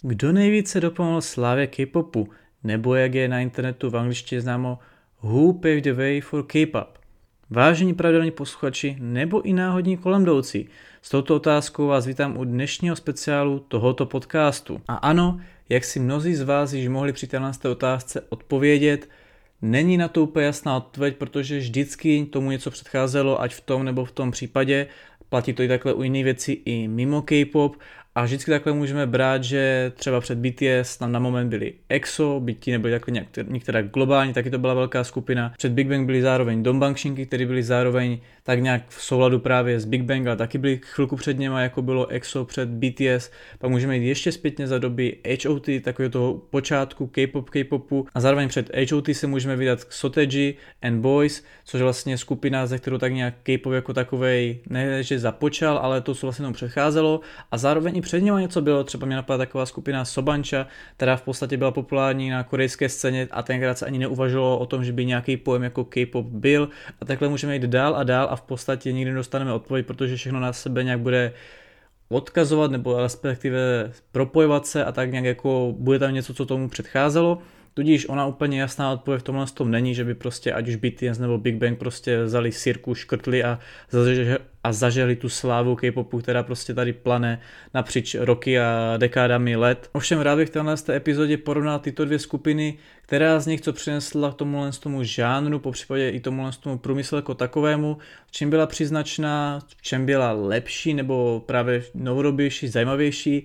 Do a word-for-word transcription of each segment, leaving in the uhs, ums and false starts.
Kdo nejvíce dopomohl slávě K-popu, nebo jak je na internetu v angličtině známo Who paved the way for K-pop? Vážení pravidelní posluchači nebo i náhodní kolemjdoucí, s touto otázkou vás vítám u dnešního speciálu tohoto podcastu. A ano, jak si mnozí z vás již mohli při této otázce odpovědět, není na to úplně jasná odpověď, protože vždycky tomu něco předcházelo, ať v tom nebo v tom případě. Platí to i takhle u jiných věcí i mimo K-pop a vždycky takhle můžeme brát, že třeba před B T S tam na moment byli EXO, byť ti nebyli takhle nějak, některá globální, taky to byla velká skupina. Před Big Bang byli zároveň Dongbangšinky, které byly zároveň tak nějak v souladu právě s Big Bang, ale taky byli chvilku před něma, jako bylo EXO před B T S. Pak můžeme jít ještě zpětně za doby H O T, takového toho počátku K-pop, K-popu a zároveň před H O T se můžeme vydat k Soteji and Boys, což je vlastně skupina, ze kterou tak nějak K-pop jako takovej ne, že započal, ale to, co vlastně tomu předcházelo a zároveň i před něma něco bylo, třeba mě napadá taková skupina Sobancha, která v podstatě byla populární na korejské scéně a tenkrát se ani neuvažovalo o tom, že by nějaký pojem jako K-pop byl a takhle můžeme jít dál a dál a v podstatě nikdy nedostaneme odpověď, protože všechno na sebe nějak bude odkazovat nebo respektive propojovat se a tak nějak jako bude tam něco, co tomu předcházelo. Tudíž ona úplně jasná odpověď v tomhle tom není, že by prostě ať už B T S nebo Big Bang prostě vzali sirku, škrtli a, zaže, a zažehli tu slávu K-popu, která prostě tady plane napříč roky a dekádami let. Ovšem rád bych v této epizodě porovnal tyto dvě skupiny, která z nich co přinesla k tomuhle tomu žánru, popřípadě i tomuhle tomu průmyslu jako takovému, v čem byla příznačná, v čem byla lepší nebo právě novodobější, zajímavější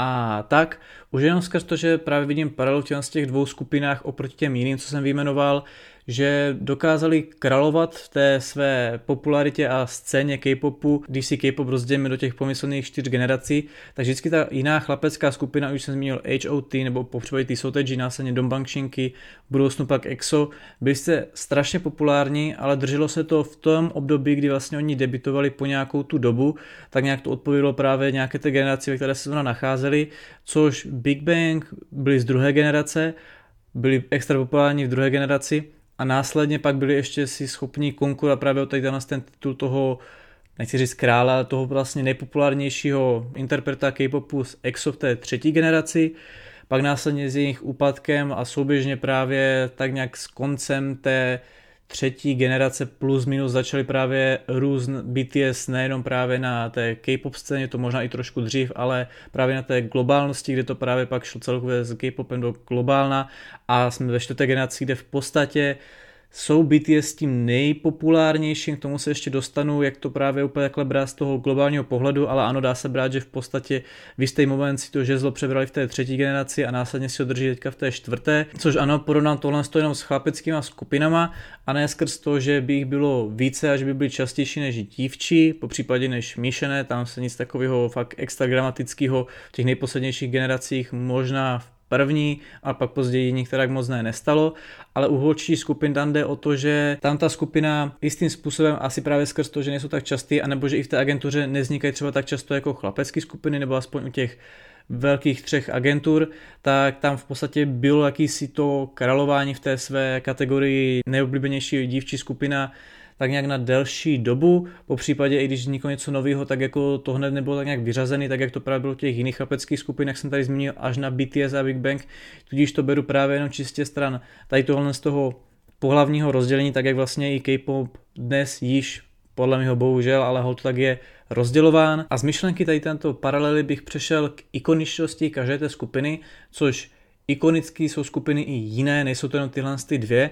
a tak. Už jenom skrz to, že právě vidím paralelu v těch dvou skupinách oproti těm jiným, co jsem vyjmenoval, že dokázali královat v té své popularitě a scéně K-popu, když si K-pop rozdělíme do těch pomyslných čtyř generací, tak vždycky ta jiná chlapecká skupina, už jsem zmínil H O T nebo popřípadě ty Soteji, následně Dongbangšinky, v budoucnu pak EXO, byli jste strašně populární, ale drželo se to v tom období, kdy vlastně oni debutovali po nějakou tu dobu, tak nějak to odpovědělo právě nějaké té generaci, ve které se zrovna nacházeli, což Big Bang byli z druhé generace, byli extra populární v druhé generaci, a následně pak byli ještě si schopni konkurovat právě o tady ten titul toho, nechci říct krále, toho vlastně nejpopulárnějšího interpreta K-popu z EXO v té třetí generaci. Pak následně s jejich úpadkem a souběžně právě tak nějak s koncem té třetí generace plus minus začaly právě růst B T S nejenom právě na té K-pop scéně, to možná i trošku dřív, ale právě na té globálnosti, kde to právě pak šlo celkově s K-popem do globálna a jsme ve čtvrté generaci, kde v podstatě jsou B T S tím nejpopulárnějším, k tomu se ještě dostanu, jak to právě úplně takhle brát z toho globálního pohledu, ale ano, dá se brát, že v podstatě v jistý moment si to žezlo přebrali v té třetí generaci a následně si ho drží teďka v té čtvrté, což ano, porovnám tohle jenom s chlapeckýma skupinama a ne skrz to, že by jich bylo více a že by byly častější než dívčí, po případě než míšené, tam se nic takového fakt extra gramatického v těch nejposlednějších generacích možná v první a pak později některá moc ne nestalo, ale u holčí skupin tam jde o to, že tam ta skupina jistým způsobem asi právě skrz to, že nejsou tak častý, anebo že i v té agentuře nevznikají třeba tak často jako chlapecké skupiny, nebo aspoň u těch velkých třech agentur, tak tam v podstatě bylo jakýsi to králování v té své kategorii nejoblíbenější dívčí skupina tak nějak na delší dobu, po případě i když vzniklo něco nového, tak jako to hned nebylo tak nějak vyřazený, tak jak to právě bylo v těch jiných chlapeckých skupinách, jsem tady zmínil až na B T S a Big Bang, tudíž to beru právě jenom čistě stran tady tohle z toho pohlavního rozdělení, tak jak vlastně i K-pop dnes již podle mého bohužel, ale holt tak je rozdělován. A z myšlenky tady tento paralely bych přešel k ikoničnosti každé té skupiny, což ikonicky jsou skupiny i jiné, nejsou to jenom tyhle ty dvě,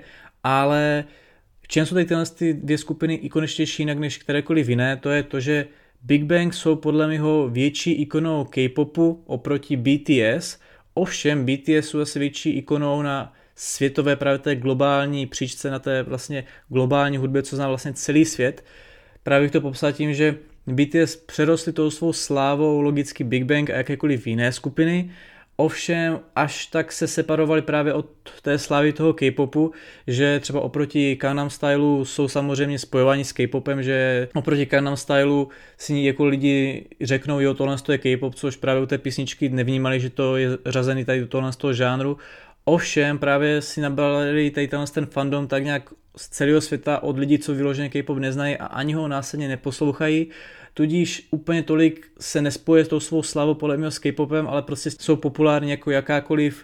ale v čem jsou tady tyhle ty dvě skupiny ikoničtější jinak než kterékoliv jiné, to je to, že Big Bang jsou podle mého větší ikonou K-popu oproti B T S, ovšem B T S jsou asi větší ikonou na světové právě té globální příčce, na té vlastně globální hudbě, co zná vlastně celý svět. Právě bych to popsal tím, že B T S přerostly tou svou slávou logicky Big Bang a jakékoliv jiné skupiny, ovšem až tak se separovali právě od té slávy toho K-popu, že třeba oproti Gangnam Stylu jsou samozřejmě spojovaní s K-popem, že oproti Gangnam Stylu si jako lidi řeknou, jo, tohle je K-pop, což právě u té písničky nevnímali, že to je řazený tady do tohle z toho žánru. Ovšem právě si nabrali tady ten fandom tak nějak z celého světa od lidí, co vyloženě K-pop neznají a ani ho následně neposlouchají, tudíž úplně tolik se nespojuje s tou svou slavou podle mě s K-popem, ale prostě jsou populární jako jakákoliv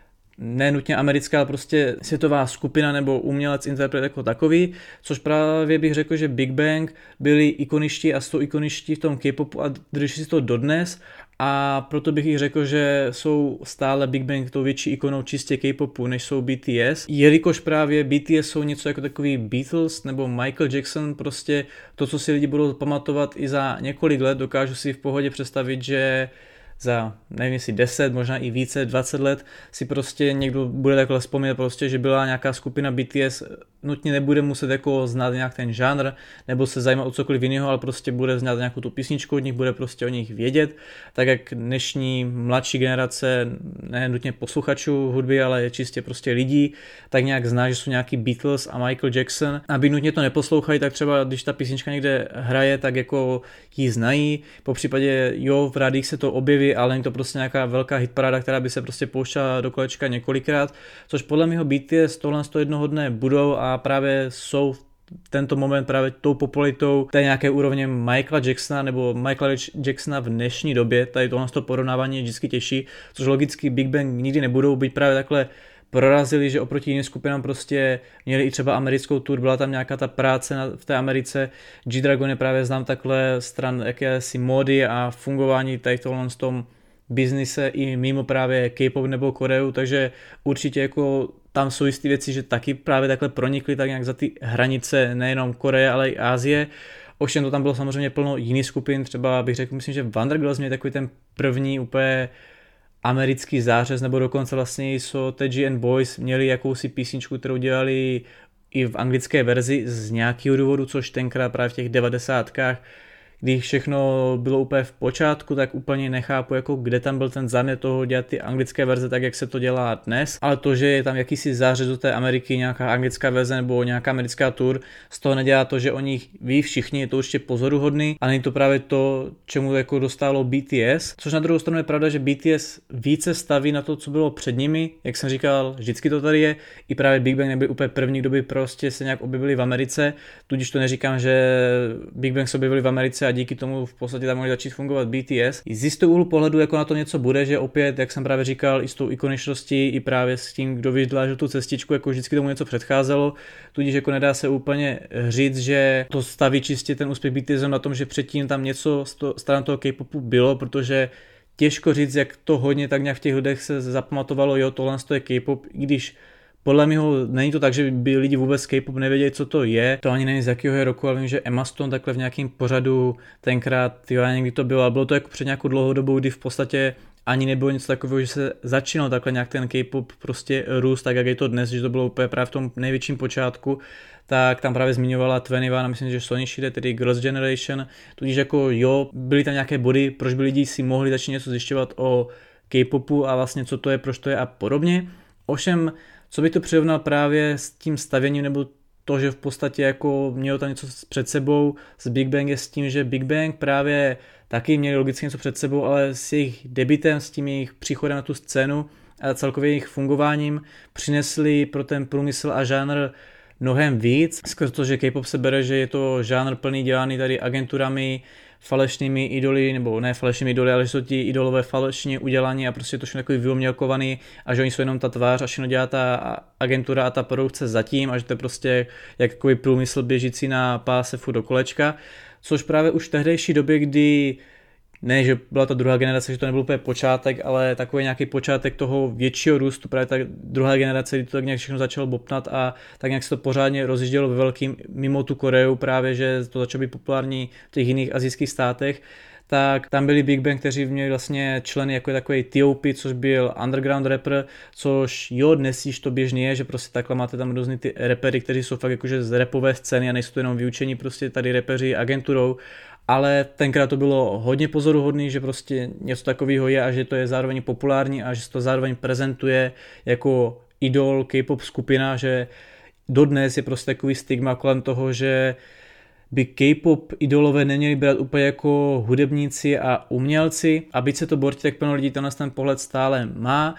ne nutně americká, ale prostě světová skupina nebo umělec, interpret jako takový, což právě bych řekl, že Big Bang byli ikoničtí a jsou ikoničtí v tom K-popu a drží si to dodnes a proto bych jich řekl, že jsou stále Big Bang tou větší ikonou čistě K-popu, než jsou B T S, jelikož právě B T S jsou něco jako takový Beatles nebo Michael Jackson, prostě to, co si lidi budou pamatovat i za několik let, dokážu si v pohodě představit, že za, nevím jestli deset, možná i více, dvacet let si prostě někdo bude takhle vzpomínat prostě, že byla nějaká skupina B T S, nutně nebude muset jako znát nějak ten žánr, nebo se zajímat o cokoliv jiného, ale prostě bude znát nějakou tu písničku od nich, bude prostě o nich vědět, tak jak dnešní mladší generace, ne nutně posluchačů hudby, ale čistě prostě lidí, tak nějak zná, že jsou nějaký Beatles a Michael Jackson. Aby nutně to neposlouchají, tak třeba když ta písnička někde hraje, tak jako ji znají, po případě jo, v rádích se to objeví, ale není to prostě nějaká velká hitparáda, která by se prostě pouštěla do kolečka několikrát, což podle mého B T S tohle z jednoho dne budou a právě jsou v tento moment právě tou popularitou té nějaké úrovně Michaela Jacksona nebo Michaela Jacksona v dnešní době, tady tohle porovnávání je vždycky těžší, což logicky Big Bang nikdy nebudou, být právě takhle prorazili, že oproti jiným skupinám prostě měli i třeba americkou tour, byla tam nějaká ta práce na, v té Americe. G-Dragon je právě znám takhle stran jakési módy a fungování tady tohle z tom biznise i mimo právě K-pop nebo Koreu, takže určitě jako tam jsou jistý věci, že taky právě takhle pronikly tak nějak za ty hranice nejenom Koreje, ale i Asie. Ovšem to tam bylo samozřejmě plno jiných skupin, třeba bych řekl, myslím, že Wondergirls měli takový ten první úplně americký zářez, nebo dokonce vlastně jsou T G and Boys měli jakousi písničku, kterou dělali i v anglické verzi z nějakého důvodu, což tenkrát právě v těch devadesátkách, když všechno bylo úplně v počátku, tak úplně nechápu, jako kde tam byl ten záměr toho dělat ty anglické verze tak, jak se to dělá dnes, ale to, že je tam jakýsi zářez do té Ameriky, nějaká anglická verze nebo nějaká americká tour, z toho nedělá to, že o nich ví všichni, je to určitě pozoruhodný, a není to právě to, čemu jako dostalo B T S, což na druhou stranu je pravda, že B T S více staví na to, co bylo před nimi, jak jsem říkal, vždycky to tady je, i právě Big Bang nebyl úplně první, kdo by prostě se nějak objevili v Americe, tudíž to neříkám, že Big Bang se objevili v Americe a díky tomu v podstatě tam mohli začít fungovat B T S. I z jistého úhlu pohledu jako na to něco bude, že opět, jak jsem právě říkal, i s tou ikoničností, i právě s tím, kdo vydlážil tu cestičku, jako vždycky tomu něco předcházelo, tudíž jako nedá se úplně říct, že to staví čistě ten úspěch B T S na tom, že předtím tam něco stran toho K-popu bylo, protože těžko říct, jak to hodně tak nějak v těch lidech se zapamatovalo, jo, tohle je K-pop, i když podle mého není to tak, že by lidi vůbec K-pop nevěděli, co to je. To ani není z jakého je roku, ale vím, že Emma Stone takhle v nějakém pořadu tenkrát, jo, někdy to bylo, ale bylo to jako před nějakou dlouhou dobou, kdy v podstatě ani nebylo nic takového, že se začínal takhle nějak ten K-pop prostě růst, tak jak je to dnes, že to bylo úplně právě v tom největším počátku, tak tam právě zmiňovala dvacet jedna, myslím, že Sony Shide, tedy Girls' Generation, tudíž jako jo, byly tam nějaké body, proč by lidi si mohli začít něco zjišťovat o K-popu a vlastně co to je, proč to je a podobně. Ovšem, co by to přirovnal právě s tím stavěním, nebo to, že v podstatě jako mělo tam něco před sebou s Big Bang, je s tím, že Big Bang právě taky měli logicky něco před sebou, ale s jejich debutem, s tím jejich příchodem na tu scénu a celkově jejich fungováním přinesli pro ten průmysl a žánr mnohem víc, skrz to, že K-pop se bere, že je to žánr plný dělaný tady agenturami, falešnými idoly, nebo ne falešnými idoly, ale že jsou ti idolové falešně udělaní a prostě to všechno takový vyumělkovaný a že oni jsou jenom ta tvář a všechno dělá ta agentura a ta produkce zatím a že to je prostě jakový průmysl běžící na páse furt do kolečka, což právě už v tehdejší době, kdy ne, že byla ta druhá generace, že to nebyl úplně počátek, ale takový nějaký počátek toho většího růstu, právě ta druhá generace, kdy to tak nějak všechno začalo bobtnat a tak nějak se to pořádně rozjíždělo ve velkým mimo tu Koreu právě, že to začalo být populární v těch jiných asijských státech, tak tam byli Big Bang, kteří měli vlastně členy jako takový T O P, což byl underground rapper, což jo, dnes již to běžný je, že prostě takhle máte tam různý ty rapery, kteří jsou fakt jakože z rapové scény a nejsou to jenom vyučení prostě tady rapeři agenturou, ale tenkrát to bylo hodně pozoruhodný, že prostě něco takového je a že to je zároveň populární a že se to zároveň prezentuje jako idol K-pop skupina, že dodnes je prostě takový stigma kolem toho, že by K-pop idolové neměli brát úplně jako hudebníci a umělci a byť se to bortí, tak plno lidí tenhle ten pohled stále má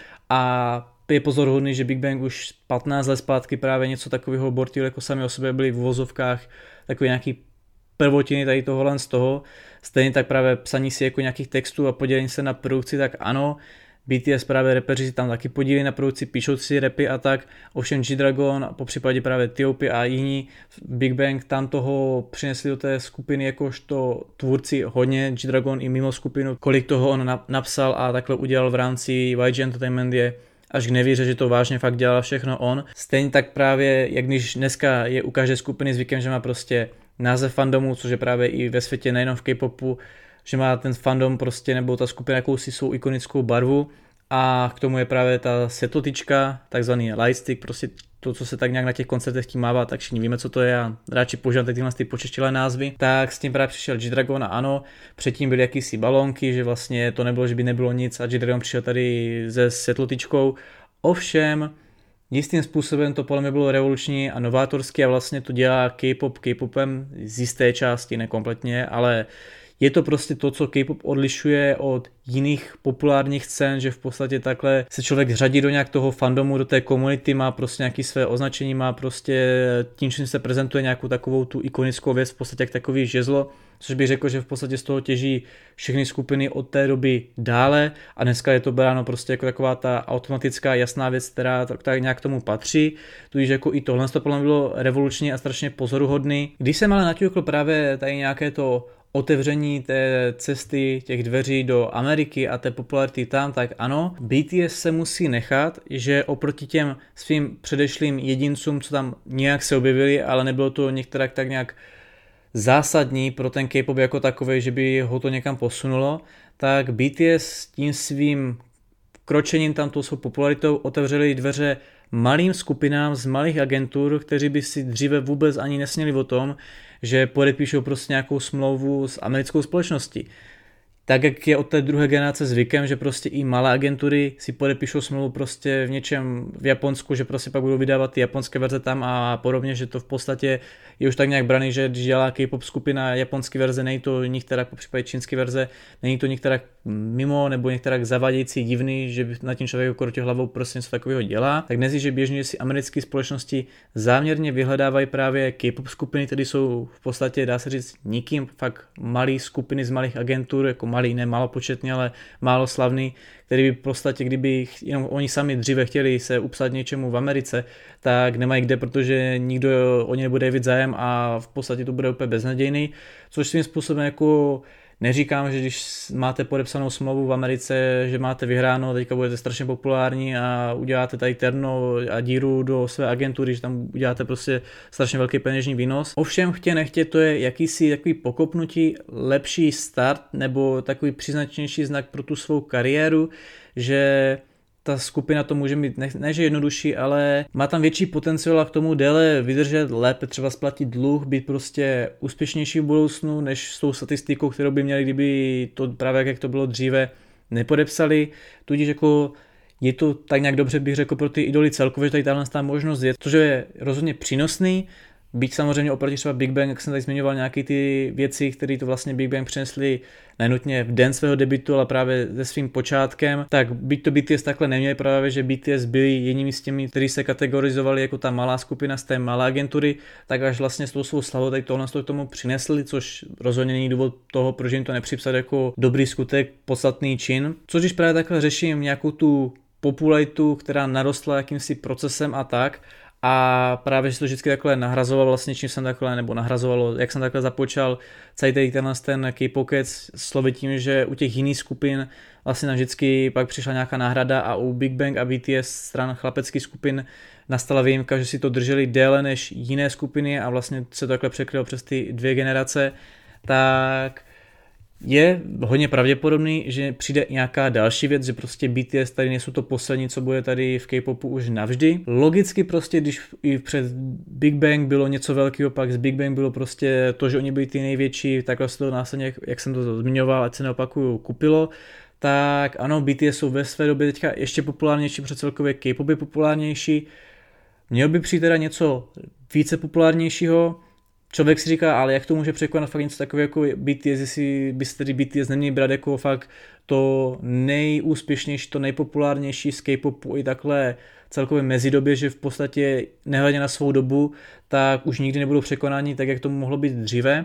a je pozoruhodný, že Big Bang už patnáct let zpátky právě něco takového bortil, jako sami o sobě byli v uvozovkách takový nějaký prvotiny tady tohohle z toho, stejně tak právě psaní si jako nějakých textů a podělení se na produkci, tak ano, B T S právě repeři tam taky podílí na produkci, píšou si rapy a tak, ovšem G-Dragon, po případě právě T O P a jiní, Big Bang tam toho přinesli do té skupiny jakožto tvůrci hodně, G-Dragon i mimo skupinu, kolik toho on napsal a takhle udělal v rámci Y G Entertainment je až k nevíře, že to vážně fakt dělal všechno on. Stejně tak právě, jak když dneska je u každé skupiny zvykem, že má prostě název fandomu, což je právě i ve světě nejenom v K-popu, že má ten fandom prostě nebo ta skupina jakousi svou ikonickou barvu a k tomu je právě ta světlotyčka, takzvaný lightstick, prostě to, co se tak nějak na těch koncertech tím mává, tak všichni víme, co to je a radši používáte tyhle ty počeštělé názvy. Tak s tím právě přišel G-Dragon a ano, předtím byly jakýsi balónky, že vlastně to nebylo, že by nebylo nic a G-Dragon přišel tady se světlotyčkou. Ovšem, jistým způsobem to podle mě bylo revoluční a novátorský a vlastně to dělá K-pop K-popem z jisté části, nekompletně, ale je to prostě to, co K-pop odlišuje od jiných populárních scén, že v podstatě takhle se člověk řadí do nějak toho fandomu, do té komunity, má prostě nějaké své označení, má prostě tím, čím se prezentuje nějakou takovou tu ikonickou věc, v podstatě jak takový žezlo, což bych řekl, že v podstatě z toho těží všechny skupiny od té doby dále a dneska je to bráno prostě jako taková ta automatická jasná věc, která tak nějak k tomu patří, tudíž jako i tohle to podle mě bylo revoluční a strašně pozoruhodný. Když jsem ale naťukl právě tady nějaké to otevření té cesty, těch dveří do Ameriky a té popularity tam, tak ano, B T S se musí nechat, že oproti těm svým předešlým jedincům, co tam nějak se objevili, ale nebylo to některá tak nějak zásadní pro ten K-pop jako takový, že by ho to někam posunulo, tak B T S tím svým kročením tam tou svou popularitou otevřeli dveře malým skupinám z malých agentur, kteří by si dříve vůbec ani nesměli o tom, že podepíšou prostě nějakou smlouvu s americkou společností. Tak jak je od té druhé generace zvykem, že prostě i malé agentury si podepíšou smlouvu prostě v něčem v Japonsku, že prostě pak budou vydávat ty japonské verze tam a podobně, že to v podstatě je už tak nějak braný, že když dělá K-pop skupina japonské verze, není to některá po případě čínské verze, není to některá mimo nebo některá zavadějící divný, že by na tím člověk krotí hlavou prostě něco takového dělá. Tak dnes je, že běžně že si americké společnosti záměrně vyhledávají právě K-pop skupiny, které jsou v podstatě, dá se říct, nikým, fakt malé skupiny z malých agentur, jako malý, ne malopočetný, ale málo slavný, který by v podstatě, kdyby jenom oni sami dříve chtěli se upsat něčemu v Americe, tak nemají kde, protože nikdo o ně nebude vidět zájem a v podstatě to bude úplně beznadějný, což svým způsobem jako neříkám, že když máte podepsanou smlouvu v Americe, že máte vyhráno, teďka budete strašně populární a uděláte tady terno a díru do své agentury, že tam uděláte prostě strašně velký peněžní výnos. Ovšem chtě nechtě, to je jakýsi takový pokopnutí, lepší start nebo takový příznačnější znak pro tu svou kariéru, že ta skupina to může mít ne, ne že jednodušší, ale má tam větší potenciál a k tomu déle vydržet, lépe třeba splatit dluh, být prostě úspěšnější v budoucnu, než s tou statistikou, kterou by měli, kdyby to právě jak to bylo dříve nepodepsali. Tudíž jako je to tak nějak dobře, bych řekl, pro ty idoly celkově, že tady tahle ta možnost je, což je rozhodně přínosný. Byť samozřejmě oproti třeba Big Bang, jak jsem tady zmiňoval nějaké ty věci, které to vlastně Big Bang přinesli nenutně v den svého debutu, ale právě se svým počátkem, tak byť to B T S takhle neměli, právě že B T S byli jedními z těmi, kteří se kategorizovali jako ta malá skupina z té malé agentury, tak až vlastně s tou svou slavou tady tohle k tomu přinesli, což rozhodně není důvod toho, proč jim to nepřipsat jako dobrý skutek, podstatný čin. Což když právě takhle řeším nějakou tu popularitu, která narostla jakýmsi procesem a tak, a právě, že to vždycky takhle nahrazovalo vlastně, čím jsem takhle, nebo nahrazovalo, jak jsem takhle započal celý tady tenhle ten K-Pockets slovy tím, že u těch jiných skupin vlastně nám vždycky pak přišla nějaká náhrada a u Big Bang a B T S stran chlapeckých skupin nastala výjimka, že si to drželi déle než jiné skupiny a vlastně se to takhle překrylo přes ty dvě generace, tak je hodně pravděpodobný, že přijde nějaká další věc, že prostě B T S tady nejsou to poslední, co bude tady v K-popu už navždy. Logicky prostě, když i před Big Bang bylo něco velkého, pak z Big Bang bylo prostě to, že oni byli ty největší, takhle se to následně, jak jsem to zmiňoval, ať se neopakuju, kupilo. Tak ano, B T S jsou ve své době teďka ještě populárnější, protože celkově K-pop je populárnější. Měl by přijít teda něco více populárnějšího. Člověk si říká, ale jak to může překonat fakt něco takového jako B T S, jestli by se tedy B T S neměli brát jako fakt to nejúspěšnější, to nejpopulárnější z K-popu i takhle celkově mezidobě, že v podstatě nehledě na svou dobu, tak už nikdy nebudou překonáni tak, jak to mohlo být dříve.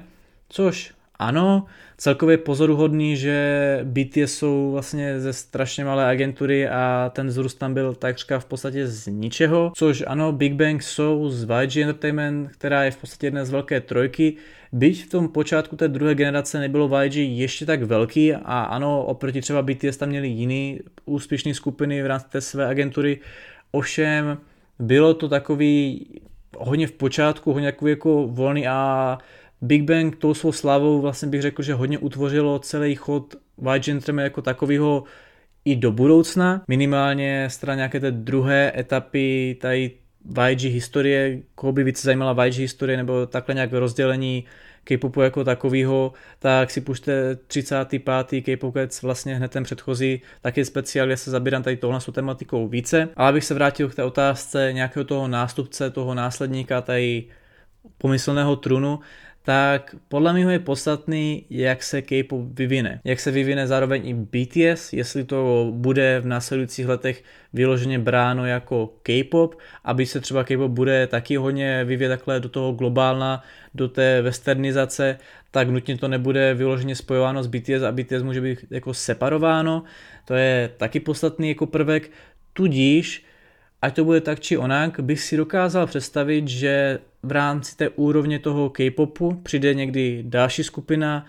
Což ano, celkově pozoruhodný, že B T S jsou vlastně ze strašně malé agentury a ten vzrůst tam byl takřka v podstatě z ničeho, což ano, Big Bang jsou z Y G Entertainment, která je v podstatě jedna z velké trojky, byť v tom počátku té druhé generace nebylo Y G ještě tak velký a ano, oproti třeba B T S tam měli jiný úspěšný skupiny v rámci té své agentury, ovšem bylo to takový hodně v počátku, hodně takový jako volný a Big Bang tou svou slávou vlastně bych řekl, že hodně utvořilo celý chod Y G Entertainment jako takovýho i do budoucna. Minimálně stran nějaké té druhé etapy tady Y G historie, koho by více zajímala Y G historie nebo takhle nějak rozdělení K-popu jako takovýho, tak si pušte třicátý pátý K-pop Cats, vlastně hned ten předchozí, taky speciál, kde se zabírám tady tohle s tematikou více. Ale abych se vrátil k té otázce nějakého toho nástupce, toho následníka tady pomyslného trůnu, tak podle mě je podstatný, jak se K-pop vyvine. Jak se vyvine zároveň i B T S, jestli to bude v následujících letech vyloženě bráno jako K-pop, aby se třeba K-pop bude taky hodně vyvíjet takhle do toho globálna, do té westernizace, tak nutně to nebude vyloženě spojováno s B T S a B T S může být jako separováno. To je taky podstatný jako prvek, tudíž ať to bude tak či onak, bych si dokázal představit, že v rámci té úrovně toho K-popu přijde někdy další skupina,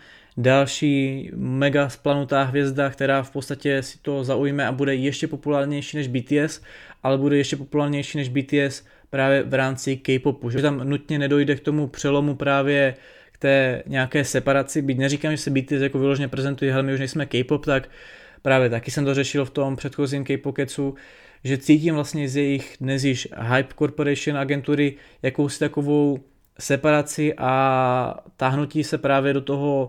další mega splanutá hvězda, která v podstatě si to zaujme a bude ještě populárnější než B T S, ale bude ještě populárnější než B T S právě v rámci K-popu. Že tam nutně nedojde k tomu přelomu právě k té nějaké separaci, byť neříkám, že se B T S jako vyloženě prezentuje, hele my už nejsme K-pop, tak právě taky jsem to řešil v tom předchozím K-pop Catsu, že cítím vlastně z jejich dnes již Hype Corporation agentury jakousi takovou separaci a táhnutí se právě do toho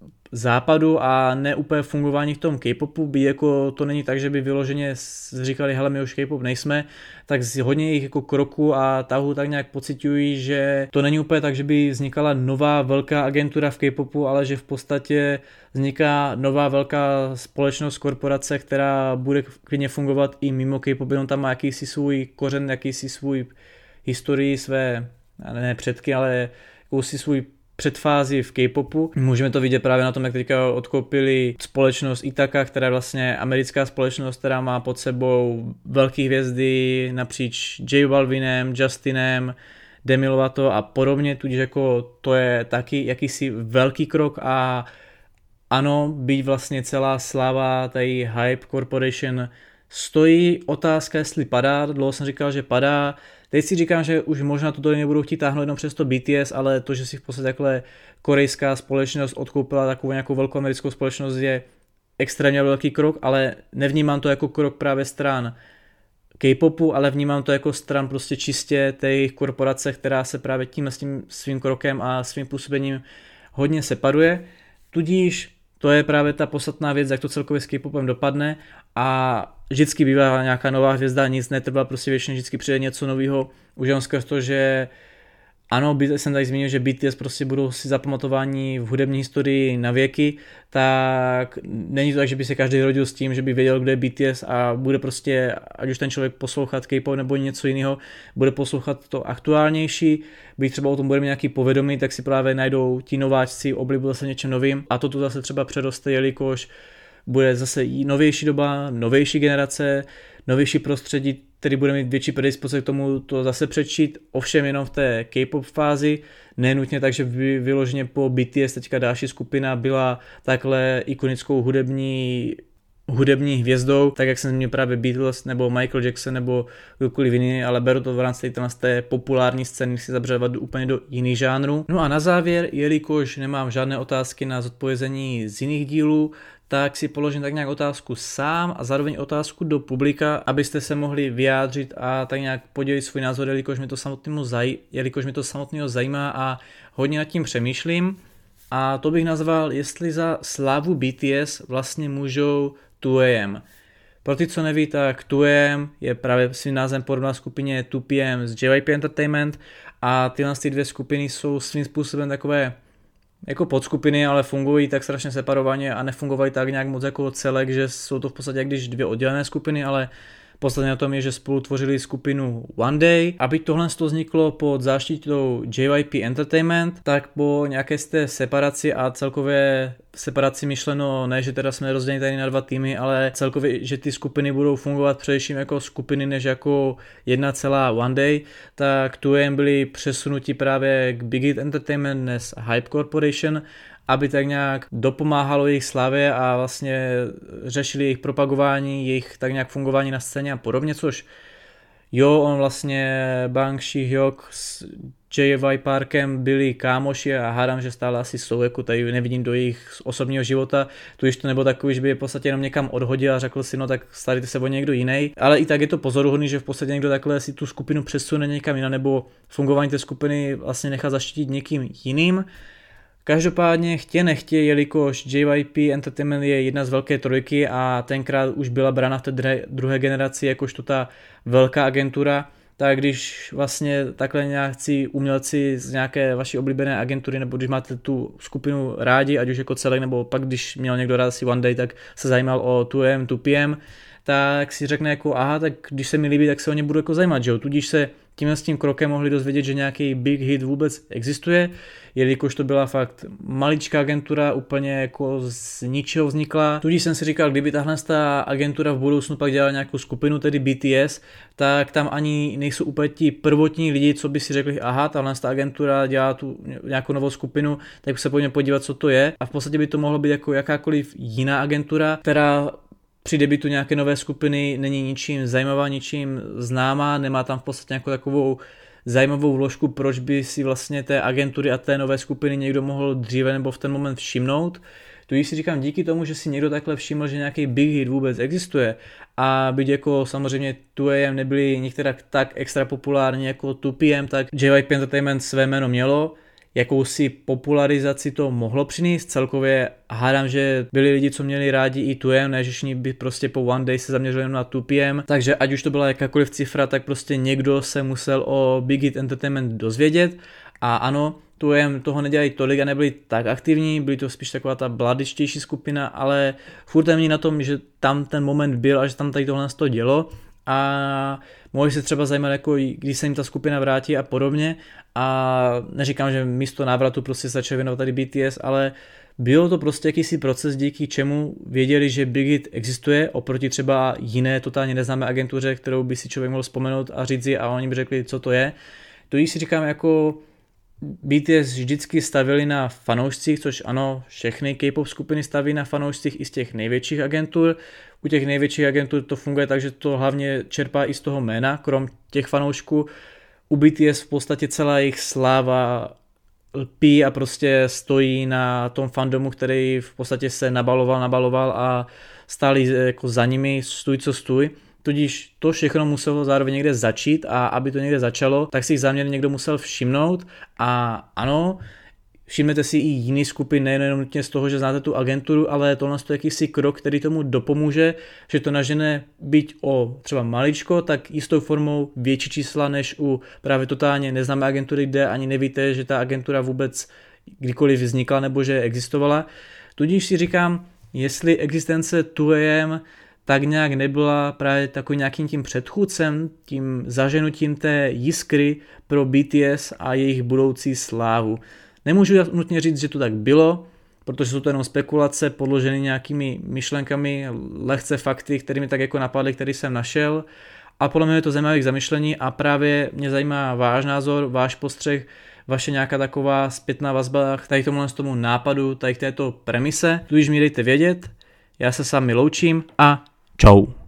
západu a ne úplně fungování v tom K-popu, by jako to není tak, že by vyloženě říkali, hele my už K-pop nejsme, tak z hodně jejich jako kroku a tahu tak nějak pociťují, že to není úplně tak, že by vznikala nová velká agentura v K-popu, ale že v podstatě vzniká nová velká společnost, korporace, která bude klidně fungovat i mimo K-pop, jenom tam má jakýsi svůj kořen, jakýsi svůj historii, své, ne předky, ale jakousi svůj předfázi v K-popu. Můžeme to vidět právě na tom, jak teďka odkoupili společnost Ithaca, která je vlastně americká společnost, která má pod sebou velké hvězdy napříč J Balvinem, Justinem, Demi Lovato a podobně, tudíž jako to je taky jakýsi velký krok a ano, byť vlastně celá sláva tady Hype Corporation stojí, otázka, jestli padá, dlouho jsem říkal, že padá. Teď si říkám, že už možná tuto nebudou chtít táhnout jenom přes to B T S, ale to, že si v podstatě takhle korejská společnost odkoupila takovou nějakou velkou americkou společnost, je extrémně velký krok, ale nevnímám to jako krok právě stran K-popu, ale vnímám to jako stran prostě čistě té jejich korporace, která se právě tím s tím svým krokem a svým působením hodně separuje. Tudíž to je právě ta podstatná věc, jak to celkově s K-popem dopadne a vždycky bývá nějaká nová hvězda, nic netrvá, prostě většině vždycky přijde něco nového, už jenom skrz to, že ano, jsem tady zmínil, že B T S prostě budou si zapamatování v hudební historii na věky, tak není to tak, že by se každý rodil s tím, že by věděl, kde je B T S a bude prostě, ať už ten člověk poslouchat K-pop nebo něco jiného, bude poslouchat to aktuálnější, byť třeba o tom bude mít nějaký povědomí, tak si právě najdou ti nováčci, oblibují se něčem novým a to tu zase třeba předoste, jelikož bude zase i novější doba, novější generace, novější prostředí, který bude mít větší predispozice k tomu to zase přečít, ovšem jenom v té K-pop fázi, nenutně tak, že by vyloženě po B T S teďka další skupina byla takhle ikonickou hudební hudební hvězdou, tak jak jsem zmínil právě Beatles nebo Michael Jackson nebo kdokoliv jiný, ale beru to v rámci té populární scény, si zabředovat úplně do jiných žánrů. No a na závěr, jelikož nemám žádné otázky na zodpovězení z jiných dílů, tak si položím tak nějak otázku sám a zároveň otázku do publika, abyste se mohli vyjádřit a tak nějak podělit svůj názor, jelikož mi to samotného zaj- jelikož mi to samotného zajímá a hodně nad tím přemýšlím. A to bych nazval, jestli za slávu B T S vlastně můžou two A M. Pro ty, co neví, tak two A M je právě svým názvem podobná skupině two P M z J Y P Entertainment a tyhle ty dvě skupiny jsou svým způsobem takové jako podskupiny, ale fungují tak strašně separovaně a nefungovají tak nějak moc jako celek, že jsou to v podstatě jak když dvě oddělené skupiny, ale Podstatně na tom je, že spolu tvořili skupinu One Day. Aby tohle vzniklo pod záštitou J Y P Entertainment, tak po nějaké z té separaci a celkově separaci myšleno ne, že teda jsme rozděleni tady na dva týmy, ale celkově, že ty skupiny budou fungovat především jako skupiny než jako jedna celá One Day, tak two A M byli přesunuti právě k Big Hit Entertainment dnes Hype Corporation, aby tak nějak dopomáhalo jejich slávě a vlastně řešili jejich propagování, jejich tak nějak fungování na scéně a podobně, což jo, on vlastně Bang Shi-hyuk s J Y Parkem byli kámoši a hádám, že stále asi jsou, jako tady nevidím do jejich osobního života, tu již to nebylo takový, že by je v podstatě jenom někam odhodil a řekl si, no tak starejte se o někdo jiný, ale i tak je to pozoruhodný, že v podstatě někdo takhle si tu skupinu přesune někam jinam nebo fungování té skupiny vlastně nechá zaštítit někým jiným. Každopádně chtě nechtě, jelikož J Y P Entertainment je jedna z velké trojky a tenkrát už byla brána v té druhé generaci jakožto ta velká agentura, tak když vlastně takhle nějakí umělci z nějaké vaší oblíbené agentury, nebo když máte tu skupinu rádi, ať už jako celek, nebo pak když měl někdo rád si One Day, tak se zajímal o two A M, two P M, tak si řekne jako aha, tak když se mi líbí, tak se o ně budu jako zajímat, že jo, tudíž se tímhle s tím krokem mohli dozvědět, že nějaký big hit vůbec existuje, jelikož to byla fakt maličká agentura, úplně jako z ničeho vznikla. Tudíž jsem si říkal, kdyby tahle ta agentura v budoucnu pak dělala nějakou skupinu, tedy B T S, tak tam ani nejsou úplně ti prvotní lidi, co by si řekli, aha, tahle ta agentura dělá tu nějakou novou skupinu, tak se pojďme podívat, co to je. A v podstatě by to mohlo být jako jakákoliv jiná agentura, která při debutu nějaké nové skupiny není ničím zajímavá, ničím známá, nemá tam v podstatě nějakou takovou zajímavou vložku, proč by si vlastně té agentury a té nové skupiny někdo mohl dříve nebo v ten moment všimnout. Tudíž si říkám, díky tomu, že si někdo takhle všiml, že nějaký big hit vůbec existuje a byť jako samozřejmě two A M nebyli některá tak extra populární jako two P M, tak J Y P Entertainment své jméno mělo, jakousi popularizaci to mohlo přinést. Celkově hádám, že byli lidi, co měli rádi i two A M, ne, že všichni by prostě po One Day se zaměřili na two P M, takže ať už to byla jakákoliv cifra, tak prostě někdo se musel o Big Hit Entertainment dozvědět a ano, two A M toho nedělají tolik a nebyli tak aktivní, byli to spíš taková ta bladičtější skupina, ale furt tam na tom, že tam ten moment byl a že tam tady tohle to dělo a mohli se třeba zajímat, jako když se jim ta skupina vrátí a podobně a neříkám, že místo návratu prostě začali věnovat tady B T S, ale bylo to prostě jakýsi proces, díky čemu věděli, že Big Hit existuje oproti třeba jiné totálně neznámé agentuře, kterou by si člověk mohl vzpomenout a říct si a oni by řekli, co to je. To když si říkám, jako B T S vždycky stavili na fanoušcích, což ano, všechny K-pop skupiny staví na fanoušcích i z těch největších agentur. U těch největších agentur to funguje tak, že to hlavně čerpá i z toho jména, krom těch fanoušků. U B T S v podstatě celá jejich sláva lpí a prostě stojí na tom fandomu, který v podstatě se nabaloval, nabaloval a stáli jako za nimi stůj co stůj. Tudíž to všechno muselo zároveň někde začít a aby to někde začalo, tak si jich záměrně někdo musel všimnout a ano, všimnete si i jiný skupin, nejen nutně z toho, že znáte tu agenturu, ale tohle je jakýsi krok, který tomu dopomůže, že to nažene byť o třeba maličko, tak jistou formou větší čísla než u právě totálně neznámé agentury, kde ani nevíte, že ta agentura vůbec kdykoliv vznikla nebo že existovala. Tudíž si říkám, jestli existence two A M tak nějak nebyla právě takovým nějakým tím předchůdcem, tím zaženutím té jiskry pro B T S a jejich budoucí slávu. Nemůžu nutně říct, že to tak bylo, protože jsou to jenom spekulace podložené nějakými myšlenkami, lehce fakty, kterými tak jako napadly, který jsem našel. A podle mě je to zajímavé k zamyšlení a právě mě zajímá váš názor, váš postřeh, vaše nějaká taková zpětná vazba tady k tomu, tomu nápadu, tady k této premise. Tu již mi dejte vědět, já se s vámi loučím a čau.